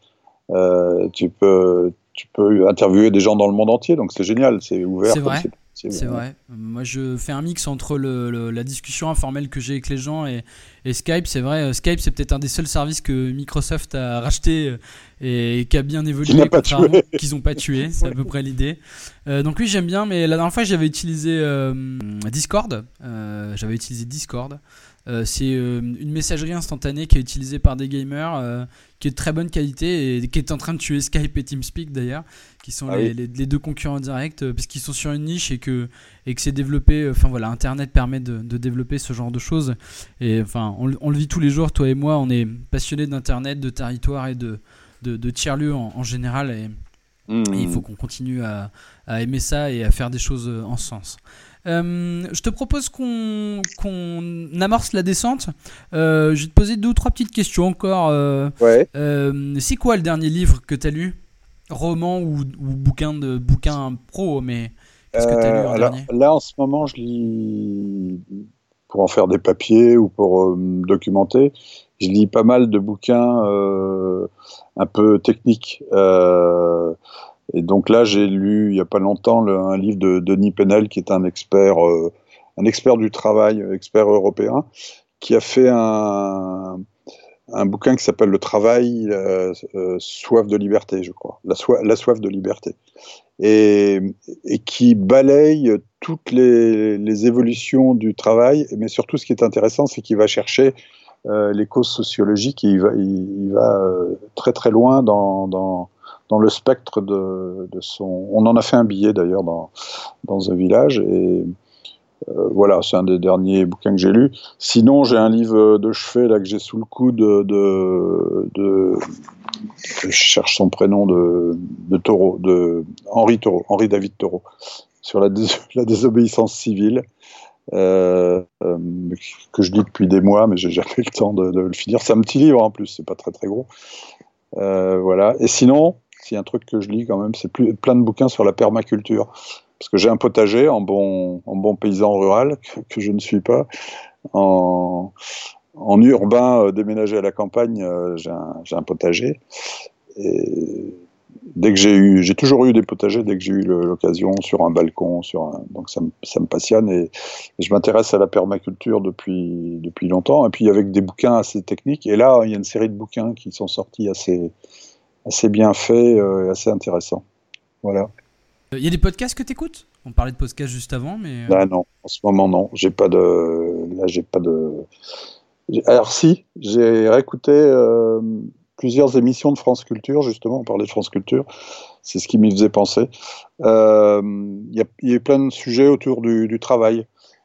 Euh, tu peux, tu peux interviewer des gens dans le monde entier, donc c'est génial, c'est ouvert. C'est vrai. C'est, c'est vrai. Moi, je fais un mix entre le, le, la discussion informelle que j'ai avec les gens et, et Skype. C'est vrai, Skype, c'est peut-être un des seuls services que Microsoft a racheté et, et qui a bien évolué, qu'ils n'ont pas tué. C'est à peu près l'idée. Euh, donc oui, j'aime bien, mais la dernière fois, j'avais utilisé euh, Discord. Euh, j'avais utilisé Discord. Euh, c'est euh, une messagerie instantanée qui est utilisée par des gamers, euh, qui est de très bonne qualité et qui est en train de tuer Skype et TeamSpeak d'ailleurs, qui sont ah les, oui. les, les deux concurrents directs, euh, parce qu'ils sont sur une niche et que, et que c'est développé. Enfin voilà, Internet permet de, de développer ce genre de choses. Et enfin, on, on le vit tous les jours, toi et moi, on est passionnés d'Internet, de territoire et de, de, de tiers-lieux en, en général. Et, mmh. et il faut qu'on continue à, à aimer ça et à faire des choses en ce sens. Euh, je te propose qu'on, qu'on amorce la descente. Euh, je vais te poser deux ou trois petites questions encore. Euh, ouais. euh, c'est quoi le dernier livre que tu as lu ? Roman ou, ou bouquin, de, bouquin pro, mais qu'est-ce que tu as lu en alors, dernier ? Là, en ce moment, je lis, pour en faire des papiers ou pour euh, me documenter, je lis pas mal de bouquins euh, un peu techniques. Euh, et donc là, j'ai lu il y a pas longtemps le, un livre de Denis Penel, qui est un expert, euh, un expert du travail, expert européen, qui a fait un, un bouquin qui s'appelle Le travail, euh, euh, soif de liberté, je crois, la, so- la soif de liberté, et, et qui balaye toutes les, les évolutions du travail, mais surtout ce qui est intéressant, c'est qu'il va chercher euh, les causes sociologiques, et il va, il, il va euh, très très loin dans, dans, dans le spectre de, de son... On en a fait un billet d'ailleurs dans, dans The Village, et Euh, voilà, c'est un des derniers bouquins que j'ai lus. Sinon, j'ai un livre de chevet là que j'ai sous le coude de, de, de je cherche son prénom, de, de Thoreau, de Henri Thoreau, Henri David Thoreau, sur la, dés, la désobéissance civile, euh, euh, que je lis depuis des mois, mais j'ai jamais eu le temps de, de le finir. C'est un petit livre en plus, c'est pas très très gros. Euh, voilà. Et sinon, s'il y a un truc que je lis quand même, c'est plus, plein de bouquins sur la permaculture. Parce que j'ai un potager en bon, en bon paysan rural, que, que je ne suis pas. En, en urbain euh, déménagé à la campagne, euh, j'ai, un, j'ai un potager. Et dès que j'ai eu, j'ai toujours eu des potagers dès que j'ai eu le, l'occasion, sur un balcon, sur un, donc ça me, ça me passionne. Et, et je m'intéresse à la permaculture depuis, depuis longtemps. Et puis avec des bouquins assez techniques. Et là, il y a une série de bouquins qui sont sortis assez, assez bien faits euh, et assez intéressants. Voilà. Il y a des podcasts que tu écoutes ? On parlait de podcasts juste avant, mais... Là, non, en ce moment, non. J'ai pas de... Là, j'ai pas de... Alors si, j'ai réécouté euh, plusieurs émissions de France Culture, justement, on parlait de France Culture, c'est ce qui m'y faisait penser. Il euh, y, y a plein de sujets autour du, du travail,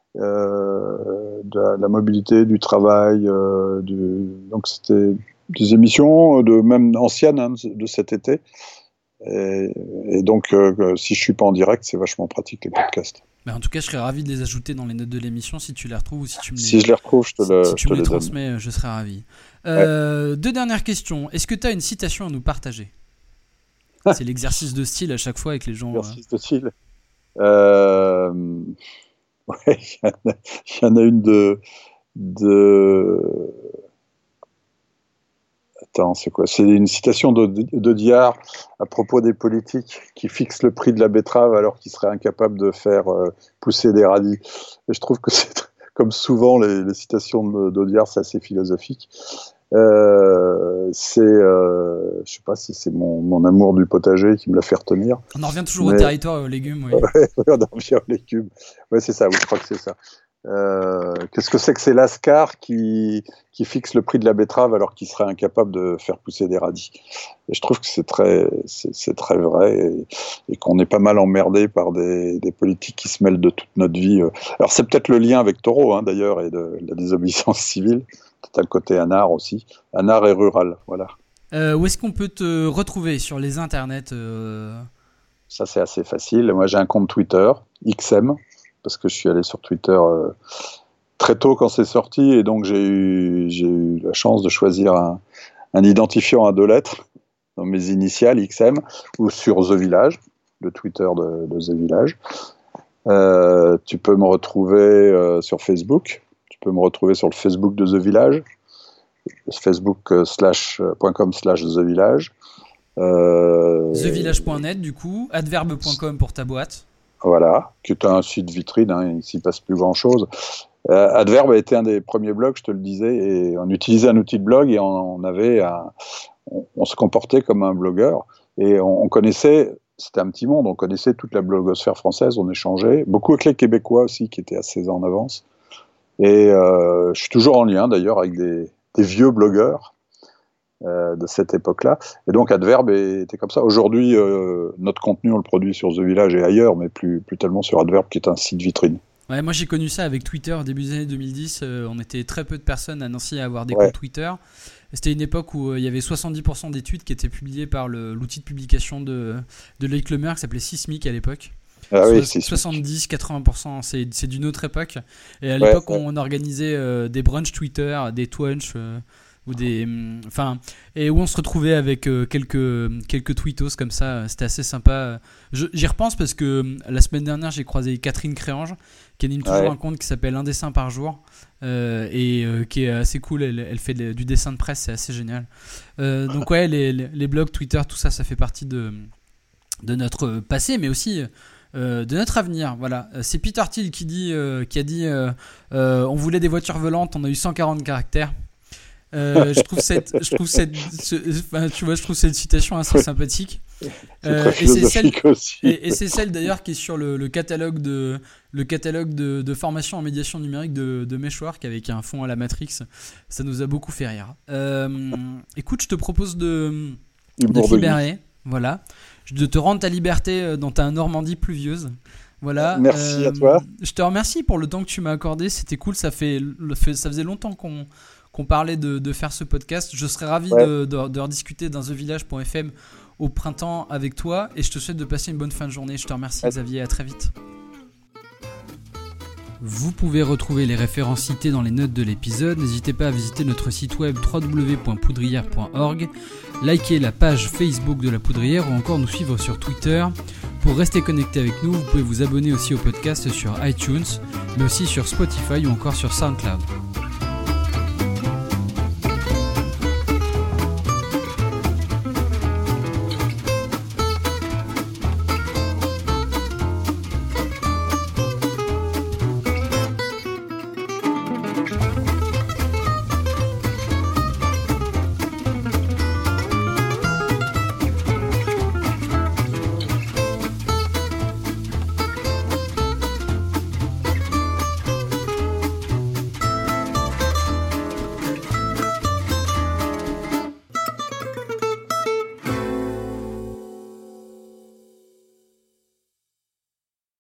euh, de la, la mobilité, du travail, euh, du... donc c'était des émissions, de, même anciennes, hein, de cet été. Et, et donc, euh, si je suis pas en direct, c'est vachement pratique les podcasts. Bah en tout cas, je serais ravi de les ajouter dans les notes de l'émission si tu les retrouves ou si tu me les, si je les retrouve, je te, le, si, si tu je te me les, les transmets, donne. Je serais ravi. Euh, ouais. Deux dernières questions. Est-ce que tu as une citation à nous partager ? C'est l'exercice de style à chaque fois avec les gens. L'exercice euh... de style. Euh... Ouais, il y, y en a une de. de... Attends, c'est quoi ? C'est une citation de, de, de Diard à propos des politiques qui fixent le prix de la betterave alors qu'ils seraient incapables de faire euh, pousser des radis. Et je trouve que c'est, comme souvent les, les citations de, de Diard, c'est assez philosophique. Euh, c'est, euh, je sais pas si c'est mon, mon amour du potager qui me l'a fait retenir. On en revient toujours mais... au territoire aux légumes. Oui. Ouais, on en revient aux légumes. Ouais, c'est ça. Oui, je crois que c'est ça. Euh, qu'est-ce que c'est que c'est Lascar qui, qui fixe le prix de la betterave alors qu'il serait incapable de faire pousser des radis. Et je trouve que c'est très, c'est, c'est très vrai et, et qu'on est pas mal emmerdé par des, des politiques qui se mêlent de toute notre vie. Alors c'est peut-être le lien avec Thoreau, hein, d'ailleurs, et de, de la désobéissance civile. C'est un côté anard aussi. Anard et rural, voilà. Euh, où est-ce qu'on peut te retrouver sur les internets euh... Ça, c'est assez facile. Moi, j'ai un compte Twitter, X M, parce que je suis allé sur Twitter euh, très tôt quand c'est sorti, et donc j'ai eu, j'ai eu la chance de choisir un, un identifiant à deux lettres dans mes initiales, X M, ou sur The Village, le Twitter de, de The Village. Euh, tu peux me retrouver euh, sur Facebook, tu peux me retrouver sur le Facebook de The Village, facebook point com slash The Village. Euh, the village point net du coup, adverbe point com pour ta boîte. Voilà, qui est un site vitrine, hein, il ne s'y passe plus grand-chose. Euh, Adverbe a été un des premiers blogs, je te le disais, et on utilisait un outil de blog et on, on avait un, on, on se comportait comme un blogueur et on, on connaissait, c'était un petit monde, on connaissait toute la blogosphère française, on échangeait, beaucoup avec les Québécois aussi qui étaient assez en avance. Et euh, je suis toujours en lien d'ailleurs avec des, des vieux blogueurs Euh, de cette époque-là. Et donc Adverbe était comme ça. Aujourd'hui, euh, notre contenu, on le produit sur The Village et ailleurs, mais plus, plus tellement sur Adverbe, qui est un site vitrine. Ouais, moi j'ai connu ça avec Twitter au début des années deux mille dix. Euh, on était très peu de personnes à Nancy à avoir des ouais. comptes Twitter. Et c'était une époque où il euh, y avait soixante-dix pour cent des tweets qui étaient publiés par le, l'outil de publication de, de Loïc Lemaire qui s'appelait Sismic à l'époque. Ah oui, so- soixante-dix à quatre-vingts pour cent, c'est, c'est d'une autre époque. Et à l'époque, ouais, ouais. on organisait euh, des brunchs Twitter, des twunchs. Euh, ou des, enfin, et où on se retrouvait avec euh, quelques quelques tweetos comme ça. C'était assez sympa. Je, j'y repense parce que la semaine dernière, j'ai croisé Catherine Créange, qui anime toujours ouais. un compte qui s'appelle Un dessin par jour euh, et euh, qui est assez cool. Elle, elle fait de, du dessin de presse, c'est assez génial. Euh, donc ouais, les, les, les blogs, Twitter, tout ça, ça fait partie de de notre passé, mais aussi euh, de notre avenir. Voilà, c'est Peter Thiel qui dit, euh, qui a dit, euh, euh, on voulait des voitures volantes, on a eu cent quarante caractères. Euh, je trouve cette, je trouve cette, ce, enfin, tu vois, je trouve cette citation assez sympathique. Euh, et c'est celle, aussi. Et, et c'est celle d'ailleurs qui est sur le, le catalogue de, le catalogue de, de formation en médiation numérique de, de Meshwork avec un fond à la Matrix. Ça nous a beaucoup fait rire. Euh, écoute, je te propose de, de te libérer. Voilà. De te rendre ta liberté dans ta Normandie pluvieuse. Voilà. Merci euh, à toi. Je te remercie pour le temps que tu m'as accordé. C'était cool. Ça fait, ça faisait longtemps qu'on, qu'on parlait de, de faire ce podcast. Je serais ravi ouais. de, de, de rediscuter dans the village point f m au printemps avec toi. Et je te souhaite de passer une bonne fin de journée. Je te remercie, ouais. Xavier. À très vite. Vous pouvez retrouver les références citées dans les notes de l'épisode. N'hésitez pas à visiter notre site web w w w point poudrière point org, liker la page Facebook de La Poudrière ou encore nous suivre sur Twitter. Pour rester connecté avec nous, vous pouvez vous abonner aussi au podcast sur iTunes, mais aussi sur Spotify ou encore sur SoundCloud.